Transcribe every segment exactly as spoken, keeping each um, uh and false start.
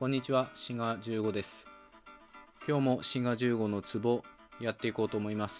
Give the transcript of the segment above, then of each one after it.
こんにちは、しがじゅうごです。今日もしがじゅうごのツボやっていこうと思います。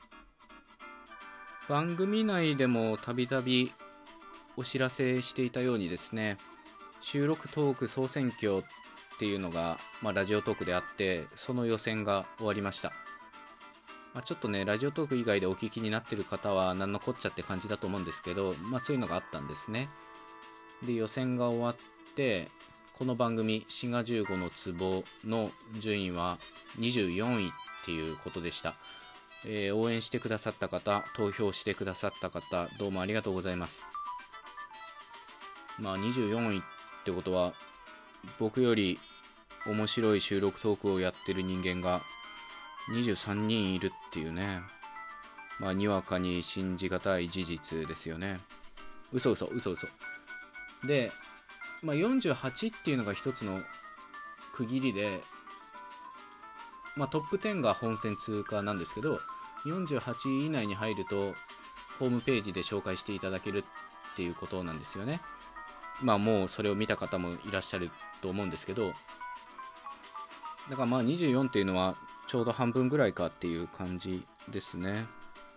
番組内でもたびたびお知らせしていたようにですね、収録トーク総選挙っていうのが、まあ、ラジオトークであって、その予選が終わりました。まあ、ちょっとね、ラジオトーク以外でお聞きになってる方は何のこっちゃって感じだと思うんですけど、まあそういうのがあったんですね。で、予選が終わって、この番組しがじゅうごのツボの順位はにじゅうよんいっていうことでした。えー、応援してくださった方、投票してくださった方、どうもありがとうございます。まあにじゅうよんいってことは、僕より面白い収録トークをやってる人間がにじゅうさんにんいるっていうね、まあにわかに信じがたい事実ですよね。嘘嘘嘘嘘で、まあ、よんじゅうはちっていうのが一つの区切りで、まあ、トップじゅうが本戦通過なんですけど、よんじゅうはちい以内に入るとホームページで紹介していただけるっていうことなんですよね。まあもうそれを見た方もいらっしゃると思うんですけど、だからまあにじゅうよんっていうのはちょうど半分ぐらいかっていう感じですね。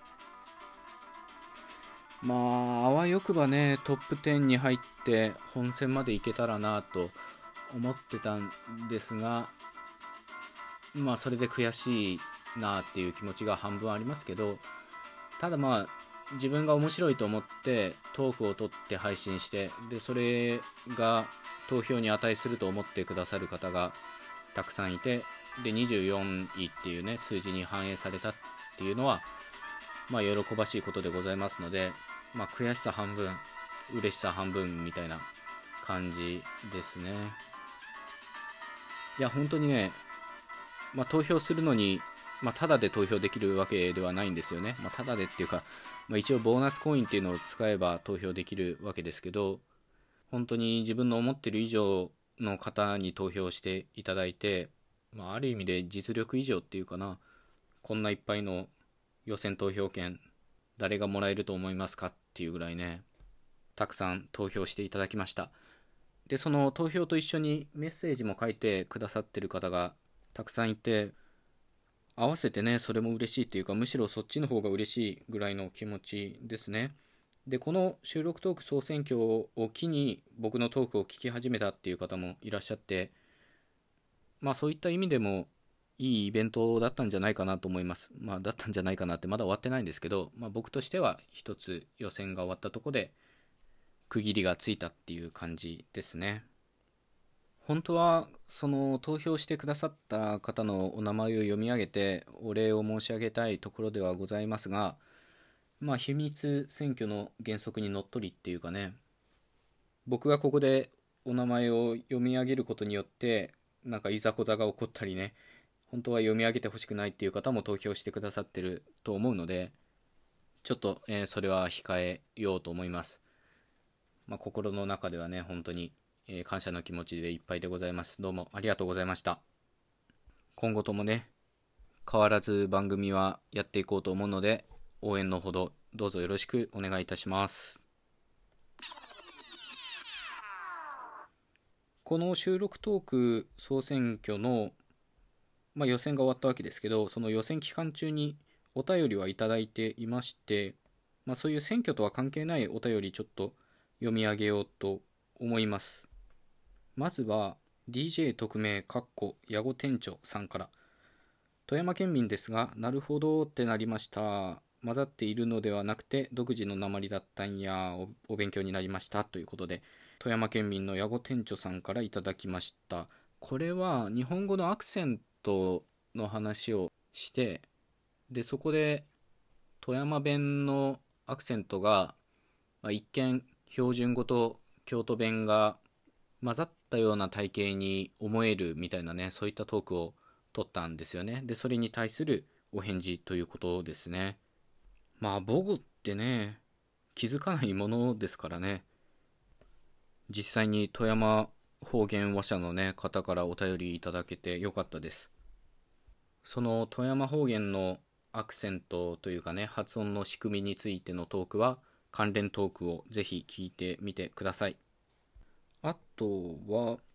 まああわよくばね、トップじゅうに入って本戦まで行けたらなと思ってたんですが、まあそれで悔しいなっていう気持ちが半分ありますけど、ただまあ自分が面白いと思ってトークを取って配信して、でそれが投票に値すると思ってくださる方がたくさんいて、でにじゅうよんいっていうね数字に反映されたっていうのはまあ喜ばしいことでございますので、まあ悔しさ半分嬉しさ半分みたいな感じですね。いや本当にね、まあ、投票するのに、まあ、タダで投票できるわけではないんですよね。まあ、タダでっていうか、まあ、一応ボーナスコインっていうのを使えば投票できるわけですけど、本当に自分の思ってる以上の方に投票していただいて、まあ、ある意味で実力以上っていうかな、こんないっぱいの予選投票権誰がもらえると思いますかっていうぐらいね、たくさん投票していただきました。でその投票と一緒にメッセージも書いてくださってる方がたくさんいて、合わせてねそれも嬉しいっていうか、むしろそっちの方が嬉しいぐらいの気持ちですね。でこの収録トーク総選挙を機に僕のトークを聞き始めたっていう方もいらっしゃって、まあそういった意味でもいいイベントだったんじゃないかなと思います。まあだったんじゃないかなってまだ終わってないんですけど、まあ僕としては一つ予選が終わったところで区切りがついたっていう感じですね。本当はその投票してくださった方のお名前を読み上げてお礼を申し上げたいところではございますが、まあ秘密選挙の原則にのっとりっていうかね、僕がここでお名前を読み上げることによってなんかいざこざが起こったりね、本当は読み上げてほしくないっていう方も投票してくださってると思うので、ちょっと、えーそれは控えようと思います。まあ心の中ではね本当にえー感謝の気持ちでいっぱいでございます。どうもありがとうございました。今後ともね、変わらず番組はやっていこうと思うので、応援のほどどうぞよろしくお願いいたします。この収録トーク総選挙の、まあ、予選が終わったわけですけど、その予選期間中にお便りはいただいていまして、まあ、そういう選挙とは関係ないお便りちょっと読み上げようと思います。まずは ディージェー 特命かっこ矢後店長さんから、富山県民ですがなるほどってなりました。混ざっているのではなくて独自の訛りだったんや、 お, お勉強になりましたということで、富山県民の矢後店長さんからいただきました。これは日本語のアクセントの話をして、でそこで富山弁のアクセントが、まあ、一見標準語と京都弁が混ざったような体型に思えるみたいなね、そういったトークを取ったんですよね。でそれに対するお返事ということですね。まあ母語ってね気づかないものですからね。実際に富山方言話者のね方からお便りいただけてよかったです。その富山方言のアクセントというかね、発音の仕組みについてのトークは関連トークをぜひ聞いてみてください。あとは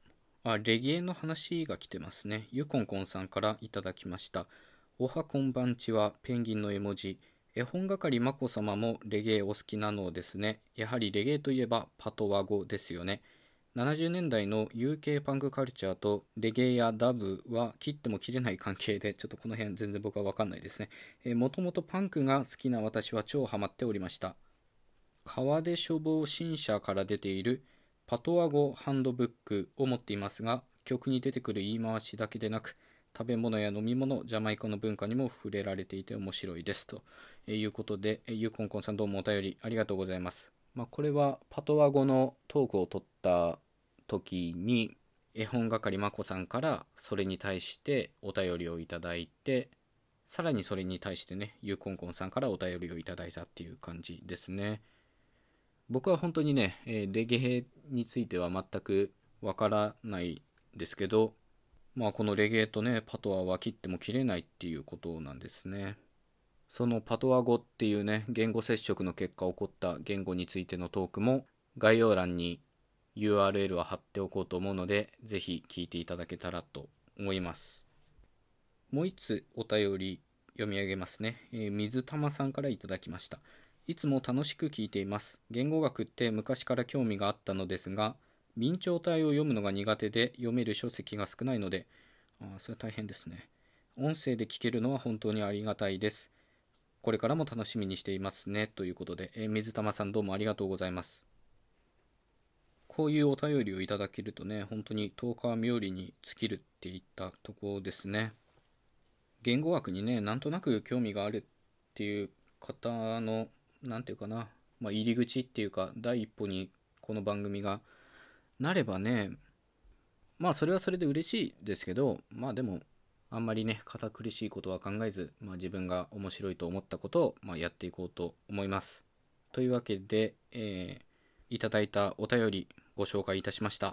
あ、レゲエの話が来てますね。ゆこんこんさんからいただきました。おはこんばんちは、ペンギンの絵文字。絵本係まこ様もレゲエお好きなのですね。やはりレゲエといえばパトワ語ですよね。ななじゅうねんだいの ユーケー パンクカルチャーとレゲエやダブは切っても切れない関係で、ちょっとこの辺全然僕は分かんないですね。もともとパンクが好きな私は超ハマっておりました。川出処方新社から出ているパトワ語ハンドブックを持っていますが、曲に出てくる言い回しだけでなく、食べ物や飲み物、ジャマイカの文化にも触れられていて面白いですということで、ゆうこんこんさんどうもお便りありがとうございます。まあ、これはパトワ語のトークを取った時に、絵本係まこさんからそれに対してお便りをいただいて、さらにそれに対してね、ゆうこんこんさんからお便りをいただいたっていう感じですね。僕は本当にね、レゲエについては全くわからないですけど、まあこのレゲエとね、パトワは切っても切れないっていうことなんですね。そのパトワ語っていうね、言語接触の結果起こった言語についてのトークも概要欄に ユーアールエル は貼っておこうと思うので、ぜひ聞いていただけたらと思います。もう一つお便り読み上げますね。えー、水玉さんからいただきました。いつも楽しく聞いています。言語学って昔から興味があったのですが、明朝体を読むのが苦手で読める書籍が少ないので、ああ、それは大変ですね。音声で聞けるのは本当にありがたいです。これからも楽しみにしていますね。ということで、えー、水玉さんどうもありがとうございます。こういうお便りをいただけるとね、本当に十日冥利に尽きるっていったところですね。言語学にね、なんとなく興味があるっていう方の、なんていうかな、まあ、入り口っていうか、第一歩にこの番組がなればね、まあそれはそれで嬉しいですけど、まあでも、あんまりね、堅苦しいことは考えず、まあ、自分が面白いと思ったことを、まあ、やっていこうと思います。というわけで、えー、いただいたお便りご紹介いたしました。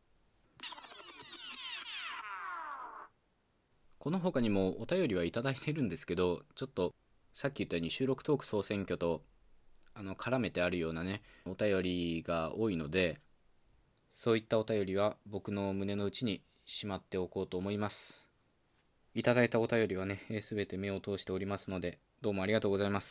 この他にもお便りはいただいてるんですけど、ちょっとさっき言ったように収録トーク総選挙とあの絡めてあるようなね、お便りが多いので、そういったお便りは僕の胸の内にしまっておこうと思います。いただいたお便りはね、すべて目を通しておりますので、どうもありがとうございます。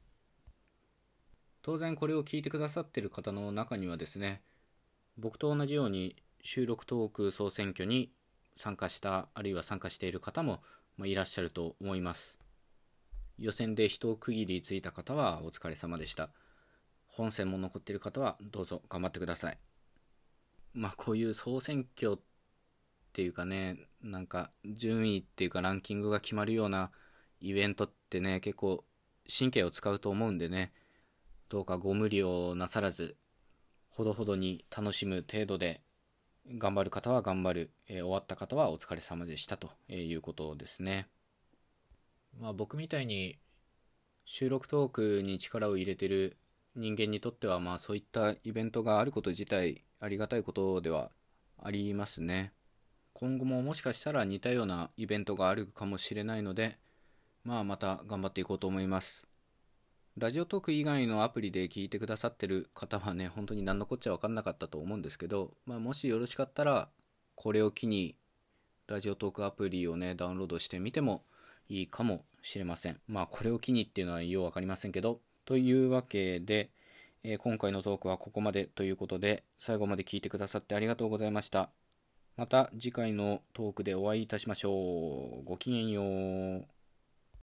当然これを聞いてくださっている方の中にはですね、僕と同じように収録トーク総選挙に参加した、あるいは参加している方もいらっしゃると思います。予選で一区切りついた方はお疲れ様でした。本戦も残っている方はどうぞ頑張ってください。まあこういう総選挙っていうかね、なんか順位っていうかランキングが決まるようなイベントってね、結構神経を使うと思うんでね、どうかご無理をなさらず、ほどほどに楽しむ程度で、頑張る方は頑張る、えー、終わった方はお疲れ様でしたということですね。まあ僕みたいに収録トークに力を入れてる人間にとっては、まあそういったイベントがあること自体ありがたいことではありますね。今後ももしかしたら似たようなイベントがあるかもしれないので、まあまた頑張っていこうと思います。ラジオトーク以外のアプリで聞いてくださってる方はね、本当に何のこっちゃ分かんなかったと思うんですけど、まあ、もしよろしかったらこれを機にラジオトークアプリをねダウンロードしてみてもいいかもしれません。まあこれを機にっていうのはよう分かりませんけど、というわけで、えー、今回のトークはここまでということで、最後まで聞いてくださってありがとうございました。また次回のトークでお会いいたしましょう。ごきげんよう。